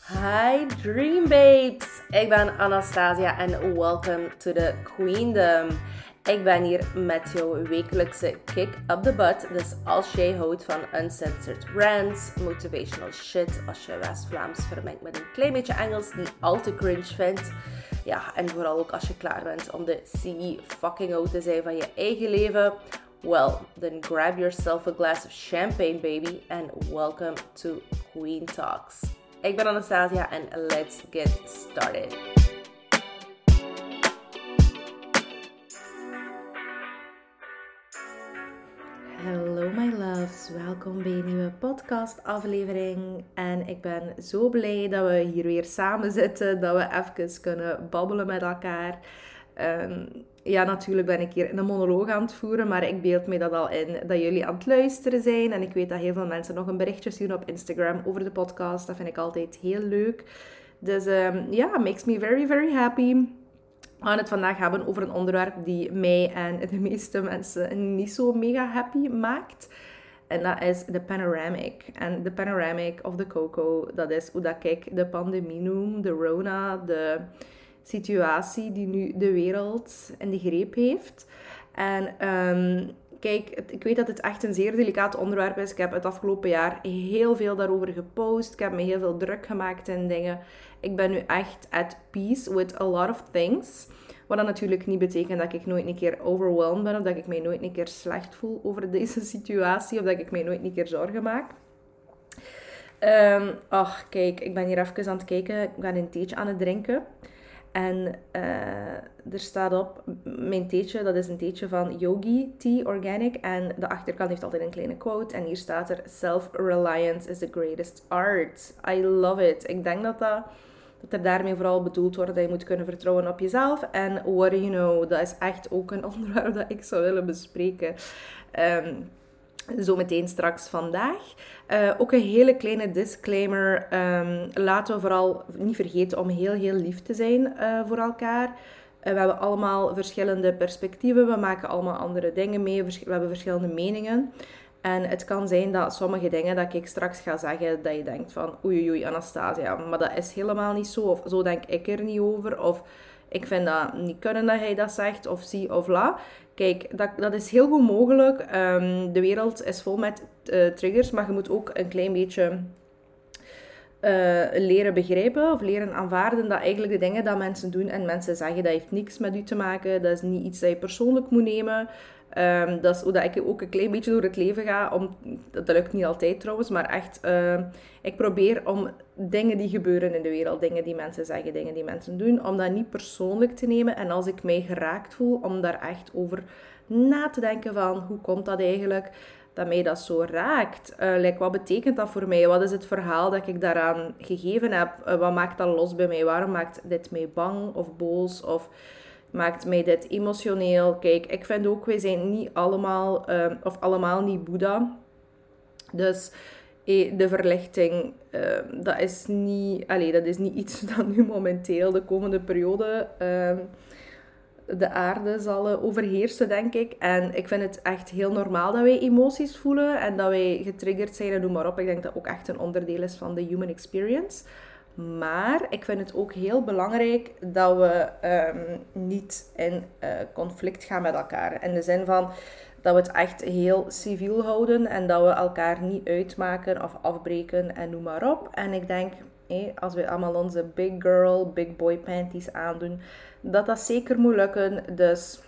Hi Dream Babes, ik ben Anastasia en welcome to the Queendom. Ik ben hier met jouw wekelijkse kick up the butt. Dus als jij houdt van uncensored rants, motivational shit, als je West-Vlaams vermengt met een klein beetje Engels, die al te cringe vindt. Ja, en vooral ook als je klaar bent om de CEO te zijn van je eigen leven. Well, then grab yourself a glass of champagne, baby, and welcome to Queen Talks. Ik ben Anastasia en let's get started. Hallo my loves, welkom bij een nieuwe podcastaflevering. En ik ben zo blij dat we hier weer samen zitten, dat we even kunnen babbelen met elkaar. Ja, natuurlijk ben ik hier een monoloog aan het voeren, maar ik beeld me dat al in dat jullie aan het luisteren zijn. En ik weet dat heel veel mensen nog een berichtje sturen op Instagram over de podcast. Dat vind ik altijd heel leuk. Dus ja, makes me very, very happy. We gaan het vandaag hebben over een onderwerp die mij en de meeste mensen niet zo mega happy maakt. En dat is de panoramic. En de panoramic of de coco, dat is hoe dat ik de pandemie noem, de Rona, de situatie die nu de wereld in de greep heeft. En kijk, ik weet dat het echt een zeer delicaat onderwerp is. Ik heb het afgelopen jaar heel veel daarover gepost. Ik heb me heel veel druk gemaakt in dingen. Ik ben nu echt at peace with a lot of things. Wat dan natuurlijk niet betekent dat ik nooit een keer overwhelmed ben. Of dat ik mij nooit een keer slecht voel over deze situatie. Of dat ik mij nooit een keer zorgen maak. Kijk, ik ben hier even aan het kijken. Ik ben een theetje aan het drinken. En er staat op, mijn theetje, dat is een theetje van Yogi Tea Organic. En de achterkant heeft altijd een kleine quote. En hier staat er, self-reliance is the greatest art. I love it. Ik denk dat er daarmee vooral bedoeld wordt dat je moet kunnen vertrouwen op jezelf. En what do you know, dat is echt ook een onderwerp dat ik zou willen bespreken. Zometeen straks vandaag. Ook een hele kleine disclaimer. Laten we vooral niet vergeten om heel, heel lief te zijn voor elkaar. We hebben allemaal verschillende perspectieven. We maken allemaal andere dingen mee. We hebben verschillende meningen. En het kan zijn dat sommige dingen dat ik straks ga zeggen, dat je denkt van oei Anastasia, maar dat is helemaal niet zo. Of zo denk ik er niet over. Of ik vind dat niet kunnen dat hij dat zegt. Of zie of la. Kijk, dat is heel goed mogelijk. De wereld is vol met triggers, maar je moet ook een klein beetje leren begrijpen of leren aanvaarden dat eigenlijk de dingen dat mensen doen en mensen zeggen, dat heeft niks met u te maken. Dat is niet iets dat je persoonlijk moet nemen. Dat is hoe dat ik ook een klein beetje door het leven ga. Dat lukt niet altijd trouwens, maar echt, ik probeer om dingen die gebeuren in de wereld, dingen die mensen zeggen, dingen die mensen doen, om dat niet persoonlijk te nemen. En als ik mij geraakt voel, om daar echt over na te denken van, hoe komt dat eigenlijk dat mij dat zo raakt? Wat betekent dat voor mij? Wat is het verhaal dat ik daaraan gegeven heb? Wat maakt dat los bij mij? Waarom maakt dit mij bang of boos of maakt mij dit emotioneel? Kijk, ik vind ook, wij zijn niet allemaal, of allemaal niet Boeddha. Dus de verlichting, dat is niet iets dat nu momenteel de komende periode de aarde zal overheersen, denk ik. En ik vind het echt heel normaal dat wij emoties voelen en dat wij getriggerd zijn en noem maar op. Ik denk dat ook echt een onderdeel is van de human experience. Maar ik vind het ook heel belangrijk dat we niet in conflict gaan met elkaar. In de zin van dat we het echt heel civiel houden en dat we elkaar niet uitmaken of afbreken en noem maar op. En ik denk, als we allemaal onze big girl, big boy panties aandoen, dat zeker moet lukken. Dus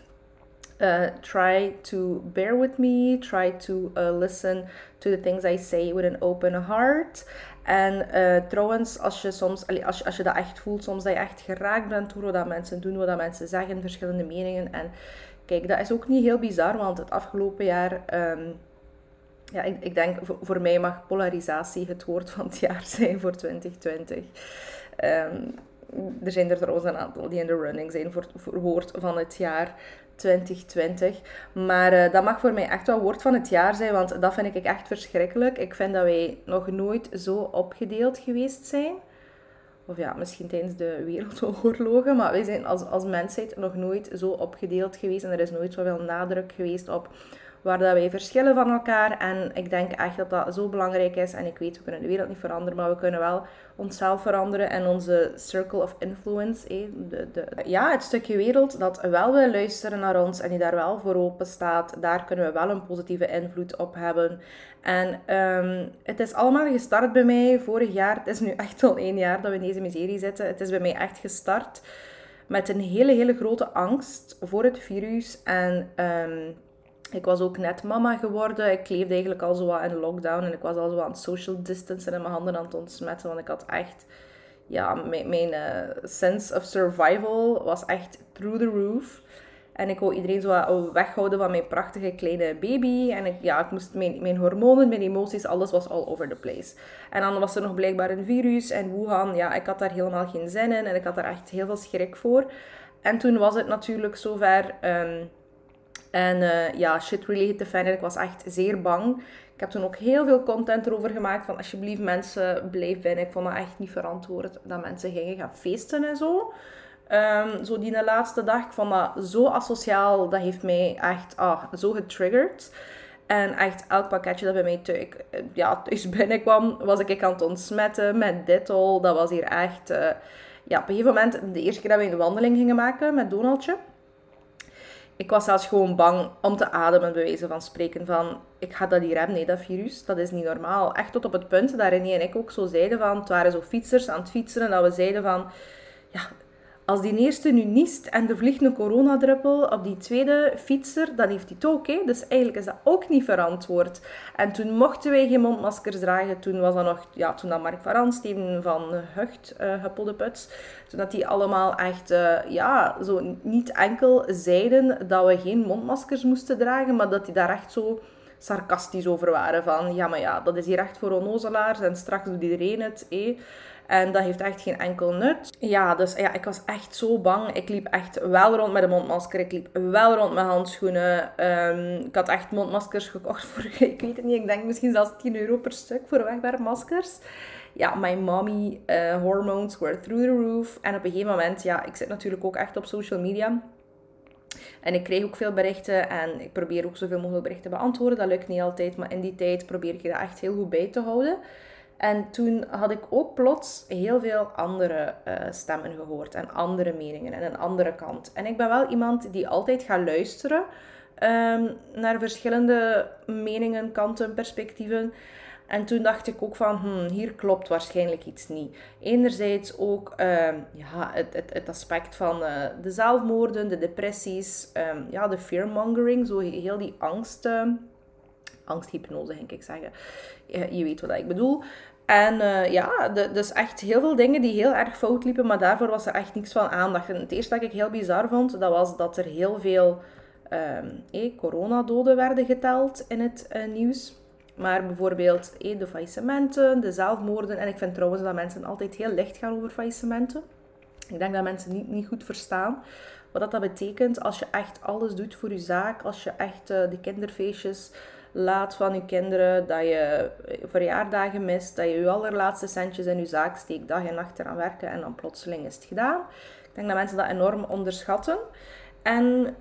try to bear with me. Try to listen to the things I say with an open heart. En trouwens, als je dat echt voelt, soms dat je echt geraakt bent door wat mensen doen, wat mensen zeggen, verschillende meningen. En kijk, dat is ook niet heel bizar, want het afgelopen jaar, ik denk voor mij mag polarisatie het woord van het jaar zijn voor 2020. Er zijn er trouwens een aantal die in de running zijn voor woord van het jaar 2020. Maar dat mag voor mij echt wel woord van het jaar zijn, want dat vind ik echt verschrikkelijk. Ik vind dat wij nog nooit zo opgedeeld geweest zijn. Of ja, misschien tijdens de wereldoorlogen, maar wij zijn als mensheid nog nooit zo opgedeeld geweest. En er is nooit zoveel nadruk geweest op waar dat wij verschillen van elkaar. En ik denk echt dat dat zo belangrijk is. En ik weet, we kunnen de wereld niet veranderen, maar we kunnen wel onszelf veranderen en onze circle of influence. Het stukje wereld dat wel wil luisteren naar ons en die daar wel voor open staat, daar kunnen we wel een positieve invloed op hebben. En het is allemaal gestart bij mij vorig jaar. Het is nu echt al 1 jaar dat we in deze miserie zitten. Het is bij mij echt gestart met een hele grote angst voor het virus. En ik was ook net mama geworden. Ik leefde eigenlijk al zo wat in lockdown. En ik was al zo aan het social distancen en mijn handen aan het ontsmetten. Want ik had echt... Ja, mijn sense of survival was echt through the roof. En ik wou iedereen zo weghouden van mijn prachtige kleine baby. En ik moest mijn hormonen, mijn emoties, alles was all over the place. En dan was er nog blijkbaar een virus in Wuhan. Ja, ik had daar helemaal geen zin in. En ik had daar echt heel veel schrik voor. En toen was het natuurlijk zover... shit really hit the fan. Ik was echt zeer bang. Ik heb toen ook heel veel content erover gemaakt. Van alsjeblieft mensen, blijf binnen. Ik vond dat echt niet verantwoord dat mensen gingen gaan feesten en zo. Zo die laatste dag. Ik vond dat zo asociaal. Dat heeft mij echt zo getriggerd. En echt elk pakketje dat bij mij thuis binnenkwam, was ik aan het ontsmetten met Dettol. Dat was hier echt... op een gegeven moment, de eerste keer dat we een wandeling gingen maken met Donaldje. Ik was zelfs gewoon bang om te ademen, bij wijze van spreken. Van, ik ga dat hier hebben, nee, dat virus, dat is niet normaal. Echt tot op het punt dat René en ik ook zo zeiden van... Het waren zo fietsers aan het fietsen en dat we zeiden van... Ja, als die eerste nu niest en er vliegt een coronadruppel op die tweede fietser, dan heeft hij het ook. Hè? Dus eigenlijk is dat ook niet verantwoord. En toen mochten wij geen mondmaskers dragen. Toen was dat nog... Ja, toen dat Mark Varans, Steven van Hucht, Huppeldeputs... Toen dat die allemaal echt... zo niet enkel zeiden dat we geen mondmaskers moesten dragen, maar dat die daar echt zo sarcastisch over waren. Van, ja, maar ja, dat is hier echt voor onnozelaars en straks doet iedereen het, En dat heeft echt geen enkel nut. Ja, dus ja, ik was echt zo bang. Ik liep echt wel rond met een mondmasker. Ik liep wel rond met handschoenen. Ik had echt mondmaskers gekocht voor, ik weet het niet, ik denk misschien zelfs 10 euro per stuk voor wegwerpmaskers. Ja, my mommy hormones were through the roof. En op een gegeven moment, ja, ik zit natuurlijk ook echt op social media. En ik krijg ook veel berichten en ik probeer ook zoveel mogelijk berichten te beantwoorden. Dat lukt niet altijd, maar in die tijd probeer ik dat echt heel goed bij te houden. En toen had ik ook plots heel veel andere stemmen gehoord en andere meningen en een andere kant. En ik ben wel iemand die altijd gaat luisteren naar verschillende meningen, kanten, perspectieven. En toen dacht ik ook van, hier klopt waarschijnlijk iets niet. Enerzijds ook het aspect van de zelfmoorden, de depressies, de fearmongering, zo heel die angsthypnose, denk ik zeggen. Je weet wat ik bedoel. En dus echt heel veel dingen die heel erg fout liepen, maar daarvoor was er echt niks van aandacht. En het eerste dat ik heel bizar vond, dat was dat er heel veel coronadoden werden geteld in het nieuws. Maar bijvoorbeeld de faillissementen, de zelfmoorden. En ik vind trouwens dat mensen altijd heel licht gaan over faillissementen. Ik denk dat mensen niet goed verstaan wat dat betekent als je echt alles doet voor je zaak. Als je echt de kinderfeestjes laat van je kinderen. Dat je verjaardagen mist. Dat je je allerlaatste centjes in je zaak steekt. Dag en nacht eraan werken. En dan plotseling is het gedaan. Ik denk dat mensen dat enorm onderschatten. En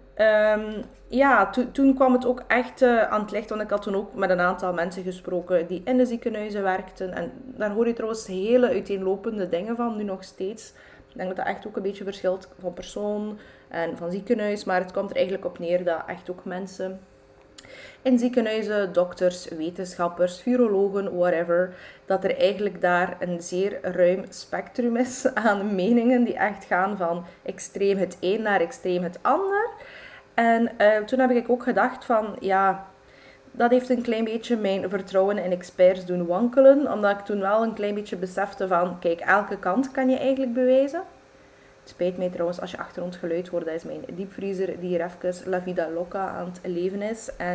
toen kwam het ook echt aan het licht, want ik had toen ook met een aantal mensen gesproken die in de ziekenhuizen werkten. En daar hoor je trouwens hele uiteenlopende dingen van, nu nog steeds. Ik denk dat dat echt ook een beetje verschilt van persoon en van ziekenhuis, maar het komt er eigenlijk op neer dat echt ook mensen in ziekenhuizen, dokters, wetenschappers, virologen, whatever, dat er eigenlijk daar een zeer ruim spectrum is aan meningen die echt gaan van extreem het een naar extreem het ander. En toen heb ik ook gedacht van, ja, dat heeft een klein beetje mijn vertrouwen in experts doen wankelen, omdat ik toen wel een klein beetje besefte van, kijk, elke kant kan je eigenlijk bewijzen. Het spijt mij trouwens als je achtergrondgeluid hoort, dat is mijn diepvriezer die hier even La Vida Loca aan het leven is. En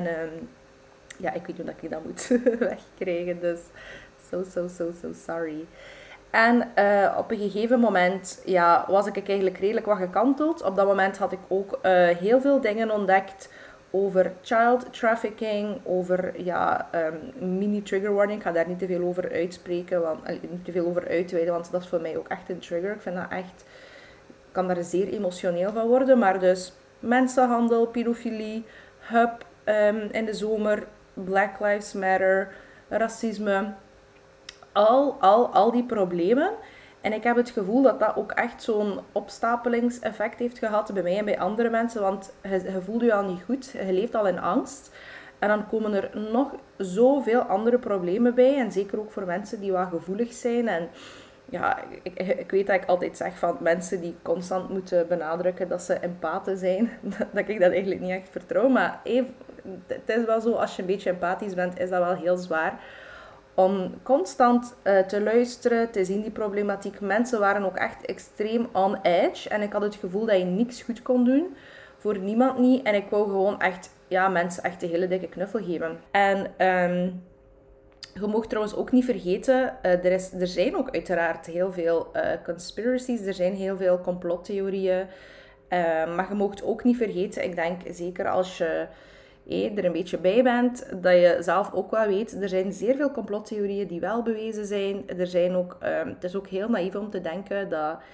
ik weet niet dat ik dat moet wegkrijgen, dus so sorry. En op een gegeven moment was ik eigenlijk redelijk wat gekanteld. Op dat moment had ik ook heel veel dingen ontdekt over child trafficking, over mini trigger warning. Ik ga daar niet te veel over uitspreken, niet te veel over uitweiden, want dat is voor mij ook echt een trigger. Ik vind dat echt, ik kan daar zeer emotioneel van worden, maar dus mensenhandel, pedofilie, in de zomer. Black Lives Matter, racisme, al die problemen. En ik heb het gevoel dat dat ook echt zo'n opstapelingseffect heeft gehad bij mij en bij andere mensen. Want je voelt je al niet goed, je leeft al in angst. En dan komen er nog zoveel andere problemen bij. En zeker ook voor mensen die wat gevoelig zijn. En ja, ik weet dat ik altijd zeg van mensen die constant moeten benadrukken dat ze empathen zijn. Dat ik dat eigenlijk niet echt vertrouw. Maar het is wel zo, als je een beetje empathisch bent, is dat wel heel zwaar. Om constant te luisteren, te zien die problematiek. Mensen waren ook echt extreem on edge. En ik had het gevoel dat je niks goed kon doen. Voor niemand niet. En ik wou gewoon echt, ja, mensen echt een hele dikke knuffel geven. En je mag trouwens ook niet vergeten, er zijn ook uiteraard heel veel conspiracies. Er zijn heel veel complottheorieën. Maar je mag ook niet vergeten, ik denk zeker als je er een beetje bij bent, dat je zelf ook wel weet, er zijn zeer veel complottheorieën die wel bewezen zijn. Er zijn ook, het is ook heel naïef om te denken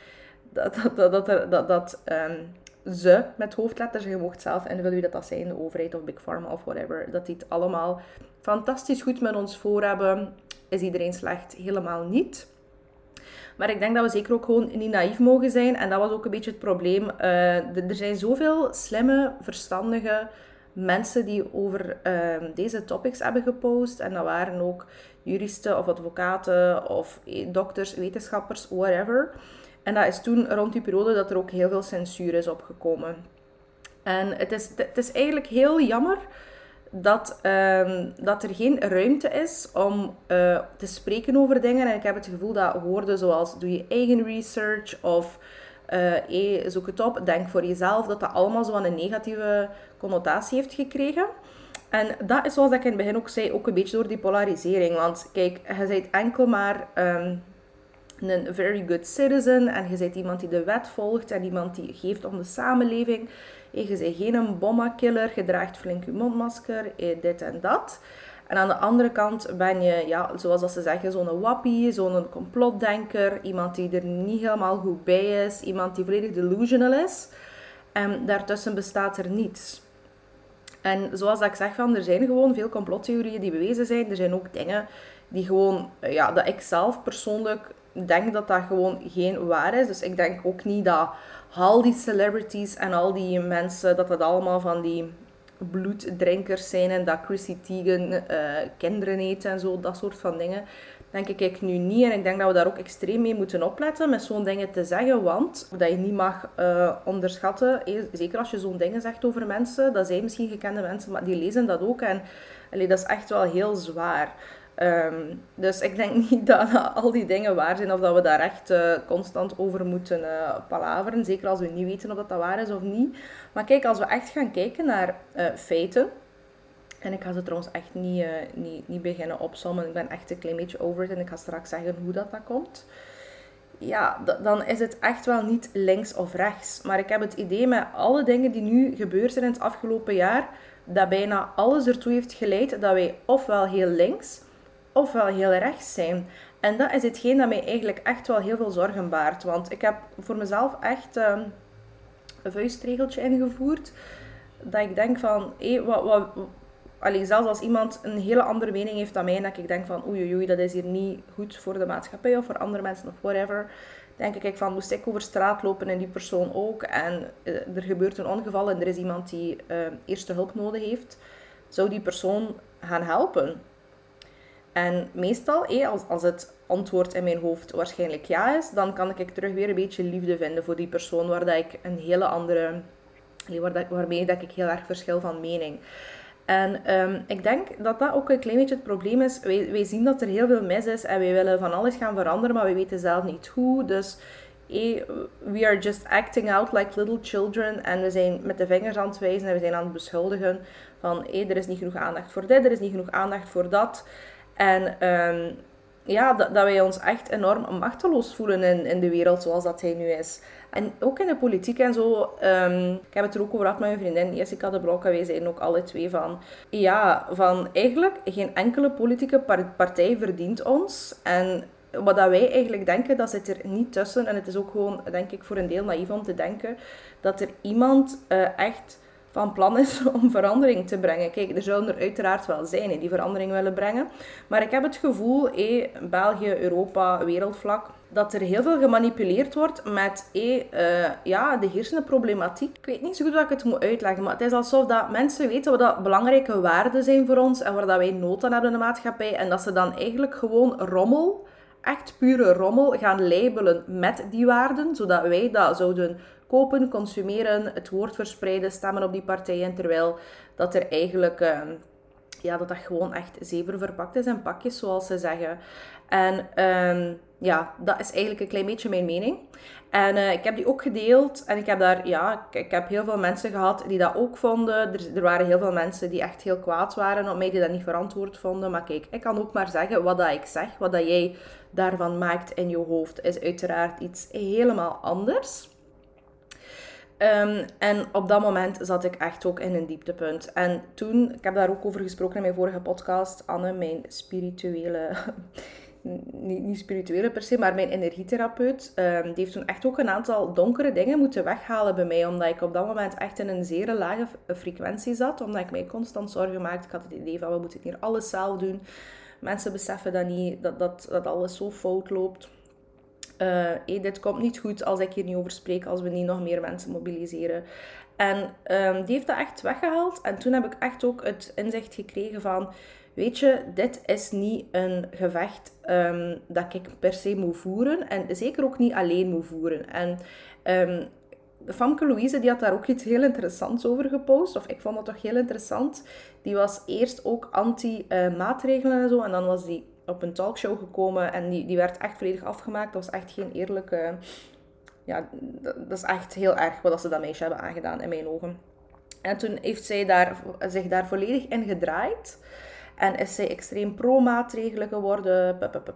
dat ze met hoofdletters, je mocht zelf invullen wie dat zijn, de overheid of Big Pharma of whatever, dat die het allemaal fantastisch goed met ons voor hebben. Is iedereen slecht? Helemaal niet. Maar ik denk dat we zeker ook gewoon niet naïef mogen zijn. En dat was ook een beetje het probleem. Er zijn zoveel slimme, verstandige mensen die over deze topics hebben gepost. En dat waren ook juristen of advocaten of dokters, wetenschappers, whatever. En dat is toen rond die periode dat er ook heel veel censuur is opgekomen. En het is eigenlijk heel jammer dat er geen ruimte is om te spreken over dingen. En ik heb het gevoel dat woorden zoals doe je eigen research of zoek het op, denk voor jezelf, dat dat allemaal zo een negatieve connotatie heeft gekregen. En dat is, zoals ik in het begin ook zei, ook een beetje door die polarisering. Want kijk, je bent enkel maar een very good citizen en je bent iemand die de wet volgt en iemand die geeft om de samenleving. Je bent geen bommakiller, je draagt flink je mondmasker, dit en dat. En aan de andere kant ben je, ja, zoals dat ze zeggen, zo'n wappie, zo'n complotdenker. Iemand die er niet helemaal goed bij is. Iemand die volledig delusional is. En daartussen bestaat er niets. En zoals ik zeg, er zijn gewoon veel complottheorieën die bewezen zijn. Er zijn ook dingen die gewoon, ja, dat ik zelf persoonlijk denk dat dat gewoon geen waar is. Dus ik denk ook niet dat al die celebrities en al die mensen, dat dat allemaal van die bloeddrinkers zijn en dat Chrissy Teigen kinderen eet en zo, dat soort van dingen. Denk ik nu niet. En ik denk dat we daar ook extreem mee moeten opletten met zo'n dingen te zeggen, want dat je niet mag onderschatten, zeker als je zo'n dingen zegt over mensen, dat zijn misschien gekende mensen, maar die lezen dat ook en dat is echt wel heel zwaar. Dus ik denk niet dat al die dingen waar zijn of dat we daar echt constant over moeten palaveren. Zeker als we niet weten of dat waar is of niet. Maar kijk, als we echt gaan kijken naar feiten. En ik ga ze trouwens echt niet beginnen opsommen. Ik ben echt een klein beetje over het en ik ga straks zeggen hoe dat komt. Ja, dan is het echt wel niet links of rechts. Maar ik heb het idee met alle dingen die nu gebeurd zijn in het afgelopen jaar, dat bijna alles ertoe heeft geleid dat wij ofwel heel links ofwel heel rechts zijn. En dat is hetgeen dat mij eigenlijk echt wel heel veel zorgen baart. Want ik heb voor mezelf echt een vuistregeltje ingevoerd. Dat ik denk van, zelfs als iemand een hele andere mening heeft dan mij, en dat ik denk van oei, dat is hier niet goed voor de maatschappij of voor andere mensen of whatever, denk ik van, moest ik over straat lopen en die persoon ook, en er gebeurt een ongeval en er is iemand die eerste hulp nodig heeft, zou die persoon gaan helpen. En meestal, als het antwoord in mijn hoofd waarschijnlijk ja is, dan kan ik terug weer een beetje liefde vinden voor die persoon, waar dat ik een hele andere, waarmee dat ik heel erg verschil van mening. En ik denk dat dat ook een klein beetje het probleem is. Wij zien dat er heel veel mis is en wij willen van alles gaan veranderen, maar we weten zelf niet hoe. Dus we are just acting out like little children en we zijn met de vingers aan het wijzen en we zijn aan het beschuldigen van er is niet genoeg aandacht voor dit, er is niet genoeg aandacht voor dat. En dat wij ons echt enorm machteloos voelen in de wereld zoals dat hij nu is. En ook in de politiek en zo. Ik heb het er ook over gehad met mijn vriendin Jessica de Blok. En wij zeiden ook alle twee van eigenlijk geen enkele politieke partij verdient ons. En wat dat wij eigenlijk denken, dat zit er niet tussen. En het is ook gewoon, denk ik, voor een deel naïef om te denken dat er iemand echt van plan is om verandering te brengen. Kijk, er zullen er uiteraard wel zijn die verandering willen brengen. Maar ik heb het gevoel, België, Europa, wereldvlak, dat er heel veel gemanipuleerd wordt met de hersenproblematiek. Ik weet niet zo goed hoe ik het moet uitleggen, maar het is alsof dat mensen weten wat dat belangrijke waarden zijn voor ons en waar dat wij nood aan hebben in de maatschappij. En dat ze dan eigenlijk gewoon rommel, echt pure rommel, gaan labelen met die waarden, zodat wij dat zouden kopen, consumeren, het woord verspreiden, stemmen op die partijen, terwijl dat er eigenlijk dat gewoon echt zever verpakt is in pakjes, zoals ze zeggen. En dat is eigenlijk een klein beetje mijn mening. En ik heb die ook gedeeld en ik heb heel veel mensen gehad die dat ook vonden. Er waren heel veel mensen die echt heel kwaad waren op mij, die dat niet verantwoord vonden. Maar kijk, ik kan ook maar zeggen wat dat ik zeg, wat dat jij daarvan maakt in je hoofd, is uiteraard iets helemaal anders. En op dat moment zat ik echt ook in een dieptepunt. En toen, ik heb daar ook over gesproken in mijn vorige podcast, Anne, mijn spirituele, niet spirituele per se, maar mijn energietherapeut, die heeft toen echt ook een aantal donkere dingen moeten weghalen bij mij, omdat ik op dat moment echt in een zeer lage frequentie zat, omdat ik mij constant zorgen maakte. Ik had het idee van, we moeten hier alles zelf doen. Mensen beseffen dat niet, dat alles zo fout loopt. Dit komt niet goed als ik hier niet over spreek, als we niet nog meer mensen mobiliseren. En die heeft dat echt weggehaald. En toen heb ik echt ook het inzicht gekregen van, weet je, dit is niet een gevecht dat ik per se moet voeren. En zeker ook niet alleen moet voeren. En Famke Louise, die had daar ook iets heel interessants over gepost. Of ik vond dat toch heel interessant. Die was eerst ook anti-maatregelen en zo. En dan was die op een talkshow gekomen en die werd echt volledig afgemaakt. Dat was echt geen eerlijke... Ja, dat is echt heel erg wat ze dat meisje hebben aangedaan in mijn ogen. En toen heeft zij zich daar volledig in gedraaid. En is zij extreem pro-maatregelen geworden.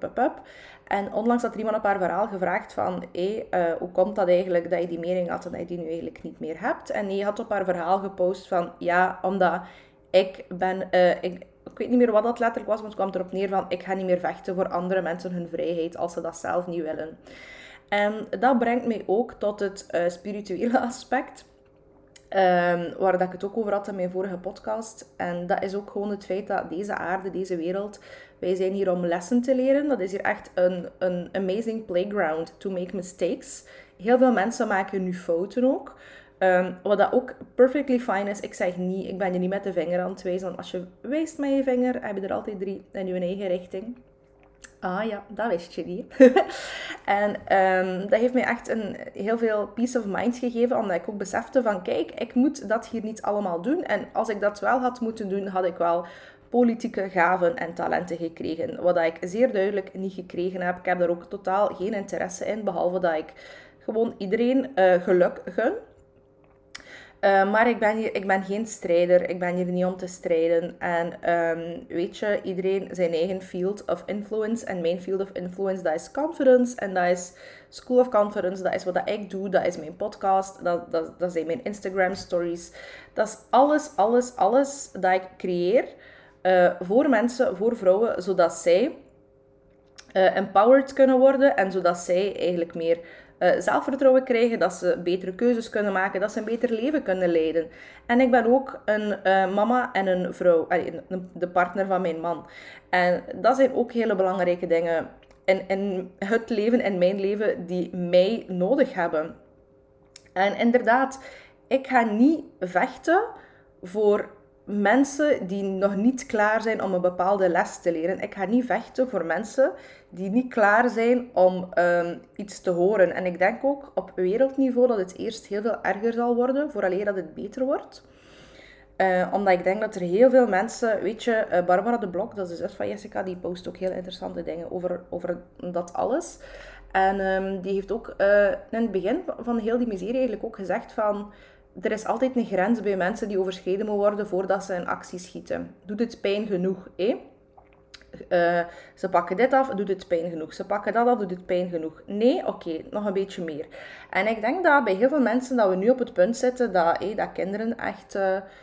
En onlangs had er iemand op haar verhaal gevraagd van... hoe komt dat eigenlijk dat je die mening had en dat je die nu eigenlijk niet meer hebt? En die had op haar verhaal gepost van... Ja, omdat ik ben... Ik weet niet meer wat dat letterlijk was, maar het kwam erop neer van... Ik ga niet meer vechten voor andere mensen hun vrijheid als ze dat zelf niet willen. En dat brengt mij ook tot het spirituele aspect... waar dat ik het ook over had in mijn vorige podcast. En dat is ook gewoon het feit dat deze aarde, deze wereld... Wij zijn hier om lessen te leren. Dat is hier echt een amazing playground to make mistakes. Heel veel mensen maken nu fouten ook... wat dat ook perfectly fine is. Ik zeg niet, ik ben je niet met de vinger aan het wijzen. Want als je wijst met je vinger, heb je er altijd 3 in je eigen richting. Ah ja, dat wist je niet. En dat heeft mij echt heel veel peace of mind gegeven. Omdat ik ook besefte van, kijk, ik moet dat hier niet allemaal doen. En als ik dat wel had moeten doen, had ik wel politieke gaven en talenten gekregen. Wat ik zeer duidelijk niet gekregen heb. Ik heb daar ook totaal geen interesse in. Behalve dat ik gewoon iedereen geluk gun. Maar ik ben geen strijder. Ik ben hier niet om te strijden. En weet je, iedereen zijn eigen field of influence. En mijn field of influence, dat is confidence. En dat is School of Confidence. Dat is wat ik doe. Dat is mijn podcast. Dat zijn mijn Instagram stories. Dat is alles dat ik creëer. Voor mensen, voor vrouwen. Zodat zij empowered kunnen worden. En zodat zij eigenlijk meer... zelfvertrouwen krijgen, dat ze betere keuzes kunnen maken, dat ze een beter leven kunnen leiden. En ik ben ook een mama en een vrouw, de partner van mijn man. En dat zijn ook hele belangrijke dingen in het leven, in mijn leven, die mij nodig hebben. En inderdaad, ik ga niet vechten voor mensen die nog niet klaar zijn om een bepaalde les te leren. Ik ga niet vechten voor mensen die niet klaar zijn om iets te horen. En ik denk ook op wereldniveau dat het eerst heel veel erger zal worden, vooraleer dat het beter wordt. Omdat ik denk dat er heel veel mensen... Weet je, Barbara de Blok, dat is de zus van Jessica, die post ook heel interessante dingen over dat alles. En die heeft ook in het begin van heel die miserie eigenlijk ook gezegd van... Er is altijd een grens bij mensen die overschreden moet worden voordat ze in actie schieten. Doet het pijn genoeg, ze pakken dit af, doet het pijn genoeg. Ze pakken dat af, doet het pijn genoeg. Nee, oké, nog een beetje meer. En ik denk dat bij heel veel mensen dat we nu op het punt zitten dat kinderen echt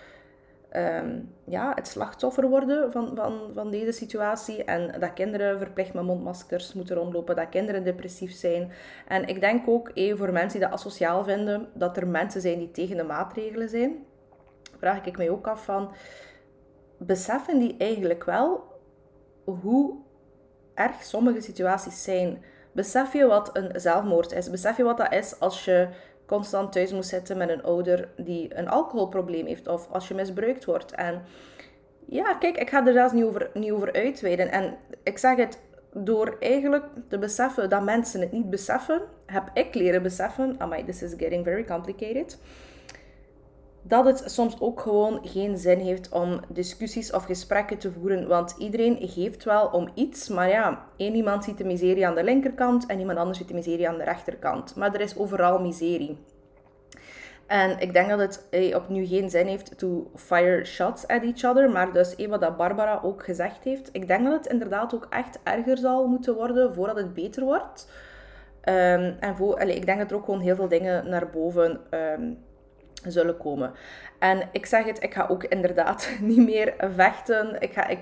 het slachtoffer worden van deze situatie. En dat kinderen verplicht met mondmaskers moeten rondlopen, dat kinderen depressief zijn. En ik denk ook voor mensen die dat asociaal vinden, dat er mensen zijn die tegen de maatregelen zijn. vraag ik mij ook af van, beseffen die eigenlijk wel hoe erg sommige situaties zijn? Besef je wat een zelfmoord is? Besef je wat dat is als je constant thuis moet zitten met een ouder die een alcoholprobleem heeft of als je misbruikt wordt? En ja, kijk, ik ga er zelfs niet over uitweiden. En ik zeg het, door eigenlijk te beseffen dat mensen het niet beseffen, heb ik leren beseffen, amai, this is getting very complicated, dat het soms ook gewoon geen zin heeft om discussies of gesprekken te voeren. Want iedereen geeft wel om iets, maar ja, één iemand ziet de miserie aan de linkerkant en iemand anders ziet de miserie aan de rechterkant. Maar er is overal miserie. En ik denk dat het opnieuw geen zin heeft to fire shots at each other. Maar dus wat dat Barbara ook gezegd heeft. Ik denk dat het inderdaad ook echt erger zal moeten worden voordat het beter wordt. Ik denk dat er ook gewoon heel veel dingen naar boven zullen komen. En ik zeg het, ik ga ook inderdaad niet meer vechten.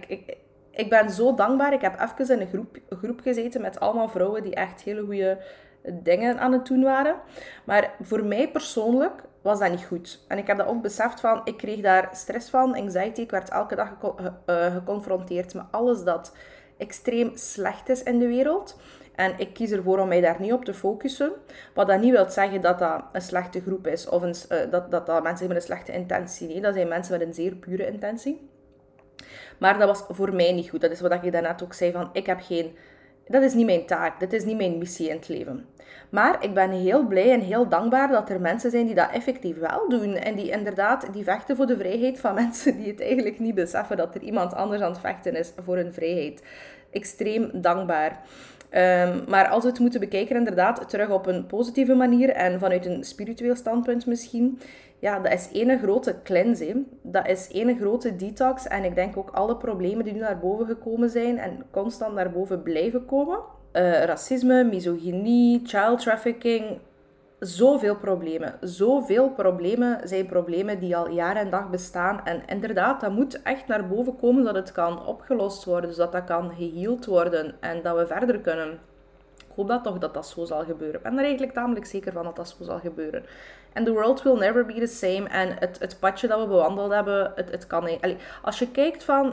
Ik ben zo dankbaar. Ik heb even in een groep gezeten met allemaal vrouwen die echt hele goede dingen aan het doen waren. Maar voor mij persoonlijk was dat niet goed. En ik heb dat ook beseft van, ik kreeg daar stress van, anxiety. Ik werd elke dag geconfronteerd met alles dat extreem slecht is in de wereld. En ik kies ervoor om mij daar niet op te focussen. Wat dat niet wil zeggen dat dat een slechte groep is. Of dat mensen zijn met een slechte intentie. Nee, dat zijn mensen met een zeer pure intentie. Maar dat was voor mij niet goed. Dat is wat ik daarnet ook zei van, dat is niet mijn taak. Dit is niet mijn missie in het leven. Maar ik ben heel blij en heel dankbaar dat er mensen zijn die dat effectief wel doen. En die inderdaad die vechten voor de vrijheid van mensen die het eigenlijk niet beseffen dat er iemand anders aan het vechten is voor hun vrijheid. Extreem dankbaar. Maar als we het moeten bekijken inderdaad terug op een positieve manier en vanuit een spiritueel standpunt misschien, ja, dat is één grote cleanse. Hè. Dat is één grote detox en ik denk ook alle problemen die nu naar boven gekomen zijn en constant naar boven blijven komen. Racisme, misogynie, child trafficking, zoveel problemen. Zoveel problemen zijn problemen die al jaren en dag bestaan. En inderdaad, dat moet echt naar boven komen dat het kan opgelost worden. Zodat dat kan geheeld worden en dat we verder kunnen. Ik hoop dat toch dat dat zo zal gebeuren. Ik ben er eigenlijk tamelijk zeker van dat dat zo zal gebeuren. En the world will never be the same. En het padje dat we bewandeld hebben, het kan niet. Als je kijkt van,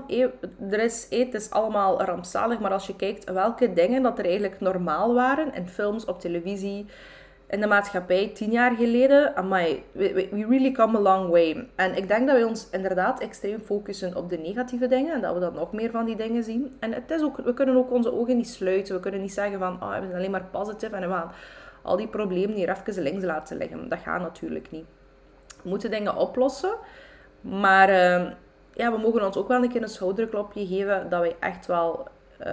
het is allemaal rampzalig, maar als je kijkt welke dingen dat er eigenlijk normaal waren in films, op televisie, in de maatschappij 10 jaar geleden, amai, we really come a long way. En ik denk dat we ons inderdaad extreem focussen op de negatieve dingen en dat we dan nog meer van die dingen zien. En het is ook, we kunnen ook onze ogen niet sluiten. We kunnen niet zeggen van, we zijn alleen maar positief en we gaan al die problemen hier even links laten liggen. Dat gaat natuurlijk niet. We moeten dingen oplossen, maar we mogen ons ook wel een keer een schouderklopje geven dat wij echt wel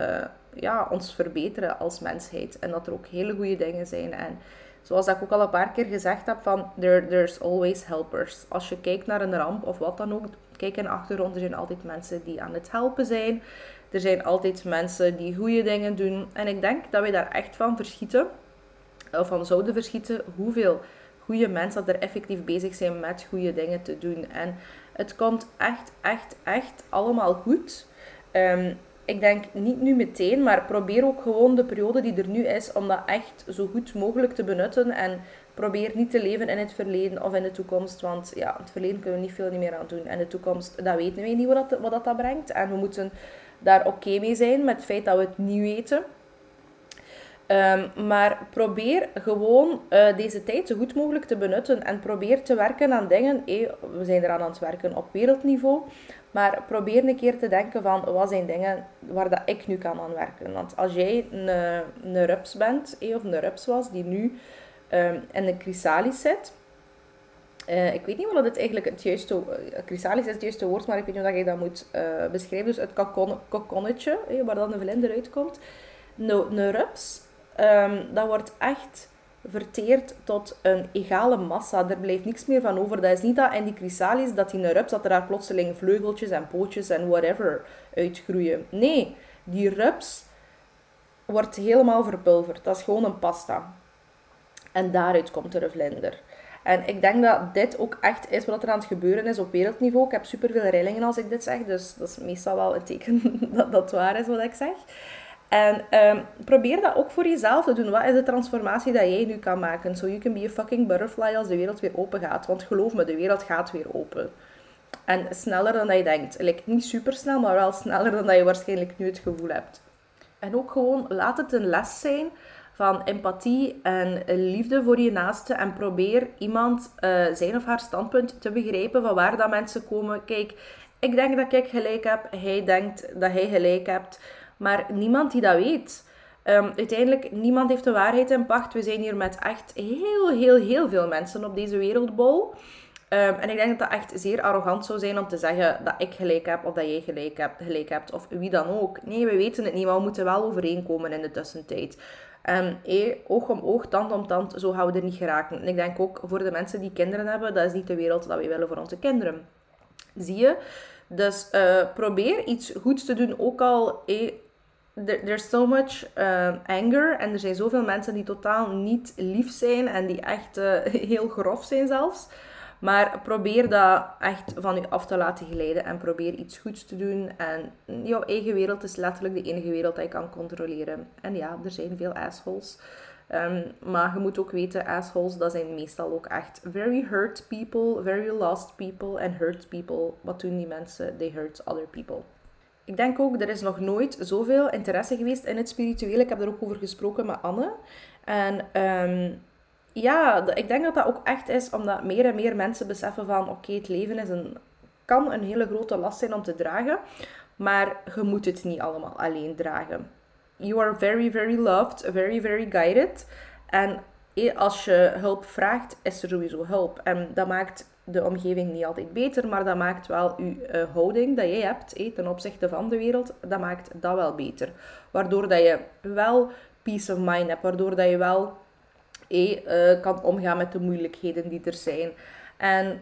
ons verbeteren als mensheid. En dat er ook hele goede dingen zijn. En zoals ik ook al een paar keer gezegd heb, van there's always helpers. Als je kijkt naar een ramp of wat dan ook, kijk in de achtergrond, er zijn altijd mensen die aan het helpen zijn. Er zijn altijd mensen die goede dingen doen. En ik denk dat wij daar echt van verschieten, of van zouden verschieten, hoeveel goede mensen dat er effectief bezig zijn met goede dingen te doen. En het komt echt allemaal goed. Ik denk niet nu meteen, maar probeer ook gewoon de periode die er nu is, om dat echt zo goed mogelijk te benutten. En probeer niet te leven in het verleden of in de toekomst. Want ja, het verleden kunnen we niet veel meer aan doen. En de toekomst, dat weten wij niet wat dat brengt. En we moeten daar oké mee zijn met het feit dat we het niet weten. Maar probeer gewoon deze tijd zo goed mogelijk te benutten. En probeer te werken aan dingen. We zijn eraan aan het werken op wereldniveau. Maar probeer een keer te denken van, wat zijn dingen waar dat ik nu kan aan werken. Want als jij een rups bent, of een rups was, die nu in de chrysalis zit. Ik weet niet wat het eigenlijk het juiste... Chrysalis is het juiste woord, maar ik weet niet hoe je dat moet beschrijven. Dus het kokonnetje, waar dan een vlinder uitkomt. Nou, een rups, dat wordt echt verteerd tot een egale massa. Er blijft niks meer van over. Dat is niet dat in die chrysalis, dat die een rups, dat er daar plotseling vleugeltjes en pootjes en whatever uitgroeien. Nee, die rups wordt helemaal verpulverd. Dat is gewoon een pasta. En daaruit komt er een vlinder. En ik denk dat dit ook echt is wat er aan het gebeuren is op wereldniveau. Ik heb superveel rillingen als ik dit zeg, dus dat is meestal wel een teken dat het waar is wat ik zeg. En probeer dat ook voor jezelf te doen. Wat is de transformatie dat jij nu kan maken? So you can be a fucking butterfly als de wereld weer open gaat. Want geloof me, de wereld gaat weer open. En sneller dan dat je denkt. Niet super snel, maar wel sneller dan dat je waarschijnlijk nu het gevoel hebt. En ook gewoon, laat het een les zijn van empathie en liefde voor je naaste. En probeer iemand zijn of haar standpunt te begrijpen van waar dat mensen komen. Kijk, ik denk dat ik gelijk heb. Hij denkt dat hij gelijk hebt. Maar niemand die dat weet. Uiteindelijk, niemand heeft de waarheid in pacht. We zijn hier met echt heel veel mensen op deze wereldbol. En ik denk dat dat echt zeer arrogant zou zijn om te zeggen dat ik gelijk heb of dat jij gelijk hebt of wie dan ook. Nee, we weten het niet, maar we moeten wel overeenkomen in de tussentijd. Oog om oog, tand om tand, zo gaan we er niet geraken. En ik denk ook voor de mensen die kinderen hebben, dat is niet de wereld dat we willen voor onze kinderen. Zie je? Dus probeer iets goeds te doen, ook al... There's so much anger en er zijn zoveel mensen die totaal niet lief zijn en die echt heel grof zijn zelfs. Maar probeer dat echt van je af te laten glijden en probeer iets goeds te doen. En jouw eigen wereld is letterlijk de enige wereld die je kan controleren. En ja, er zijn veel assholes. Maar je moet ook weten, assholes, dat zijn meestal ook echt very hurt people, very lost people. En hurt people, wat doen die mensen? They hurt other people. Ik denk ook, er is nog nooit zoveel interesse geweest in het spirituele. Ik heb er ook over gesproken met Anne. En ik denk dat dat ook echt is omdat meer en meer mensen beseffen van... Oké, het leven kan een hele grote last zijn om te dragen. Maar je moet het niet allemaal alleen dragen. You are very, very loved. Very, very guided. En als je hulp vraagt, is er sowieso hulp. En dat maakt de omgeving niet altijd beter, maar dat maakt wel je houding dat jij hebt ten opzichte van de wereld, dat maakt dat wel beter. Waardoor dat je wel peace of mind hebt, waardoor dat je wel kan omgaan met de moeilijkheden die er zijn. En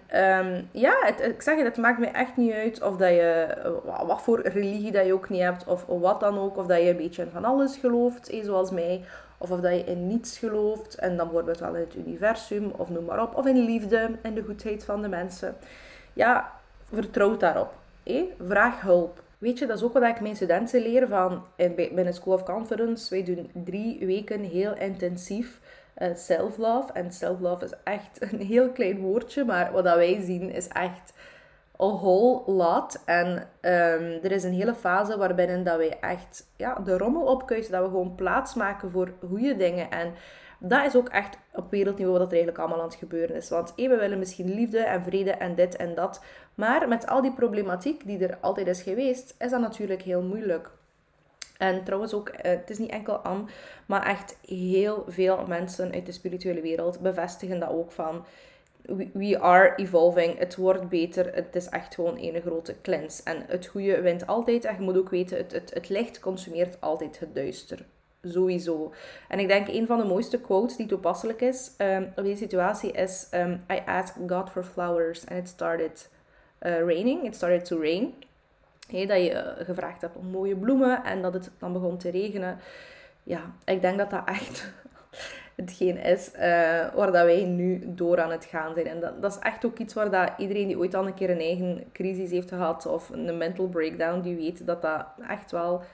ik zeg het maakt me echt niet uit of dat je, wat voor religie dat je ook niet hebt, of wat dan ook, of dat je een beetje in van alles gelooft, zoals mij, of dat je in niets gelooft, en dan bijvoorbeeld wel in het universum, of noem maar op, of in liefde en de goedheid van de mensen. Ja, vertrouw daarop. Vraag hulp. Weet je, dat is ook wat ik mijn studenten leer van binnen School of Confidence. Wij doen 3 weken heel intensief self-love. En self-love is echt een heel klein woordje, maar wat dat wij zien is echt a whole lot. En er is een hele fase waarbinnen dat wij echt de rommel opkuisen, dat we gewoon plaats maken voor goede dingen. En dat is ook echt op wereldniveau wat er eigenlijk allemaal aan het gebeuren is. Want we willen misschien liefde en vrede en dit en dat. Maar met al die problematiek die er altijd is geweest, is dat natuurlijk heel moeilijk. En trouwens ook, het is niet enkel Anne, maar echt heel veel mensen uit de spirituele wereld bevestigen dat ook van... We are evolving, het wordt beter, het is echt gewoon een grote cleanse. En het goede wint altijd en je moet ook weten, het licht consumeert altijd het duister. Sowieso. En ik denk een van de mooiste quotes die toepasselijk is op deze situatie is... I asked God for flowers and it started raining, it started to rain. Dat je gevraagd hebt om mooie bloemen en dat het dan begon te regenen. Ja, ik denk dat dat echt hetgeen is waar dat wij nu door aan het gaan zijn. En dat is echt ook iets waar dat iedereen die ooit al een keer een eigen crisis heeft gehad of een mental breakdown, die weet dat dat echt wel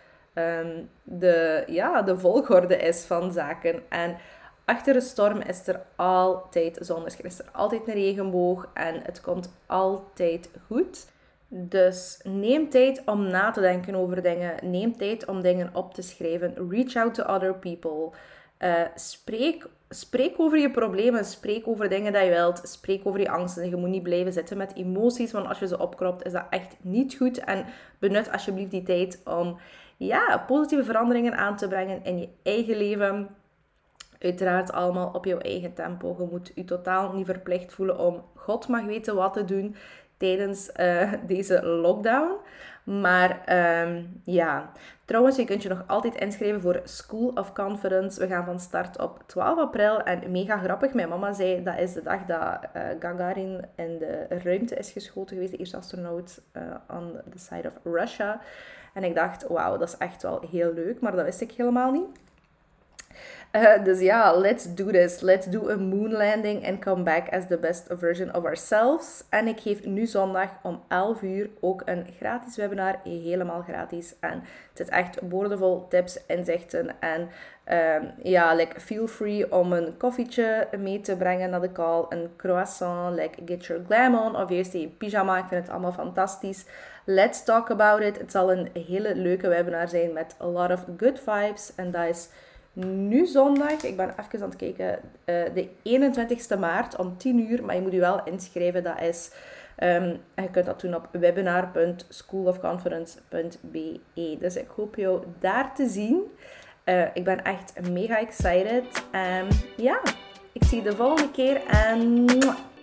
de volgorde is van zaken. En achter een storm is er altijd zonneschijn, is er altijd een regenboog en het komt altijd goed. Dus neem tijd om na te denken over dingen. Neem tijd om dingen op te schrijven. Reach out to other people. Spreek over je problemen. Spreek over dingen dat je wilt. Spreek over je angsten. Je moet niet blijven zitten met emoties, want als je ze opkropt, is dat echt niet goed. En benut alsjeblieft die tijd om positieve veranderingen aan te brengen in je eigen leven. Uiteraard allemaal op jouw eigen tempo. Je moet je totaal niet verplicht voelen om God mag weten wat te doen tijdens deze lockdown. Maar trouwens, je kunt je nog altijd inschrijven voor School of Confidence. We gaan van start op 12 april. En mega grappig, mijn mama zei, dat is de dag dat Gagarin in de ruimte is geschoten geweest. De eerste astronaut on the side of Russia. En ik dacht, wauw, dat is echt wel heel leuk. Maar dat wist ik helemaal niet. Dus ja, let's do this. Let's do a moon landing and come back as the best version of ourselves. En ik geef nu zondag om 11 uur ook een gratis webinar, helemaal gratis. En het zit echt boordevol tips, inzichten en feel free om een koffietje mee te brengen naar de call, een croissant, get your glam on, of juist in je pyjama. Ik vind het allemaal fantastisch. Let's talk about it. Het zal een hele leuke webinar zijn met a lot of good vibes. En dat is nu zondag, ik ben even aan het kijken, de 21ste maart om 10 uur. Maar je moet je wel inschrijven, dat is... en je kunt dat doen op webinar.schoolofconfidence.be. Dus ik hoop jou daar te zien. Ik ben echt mega excited. En ja, ik zie je de volgende keer en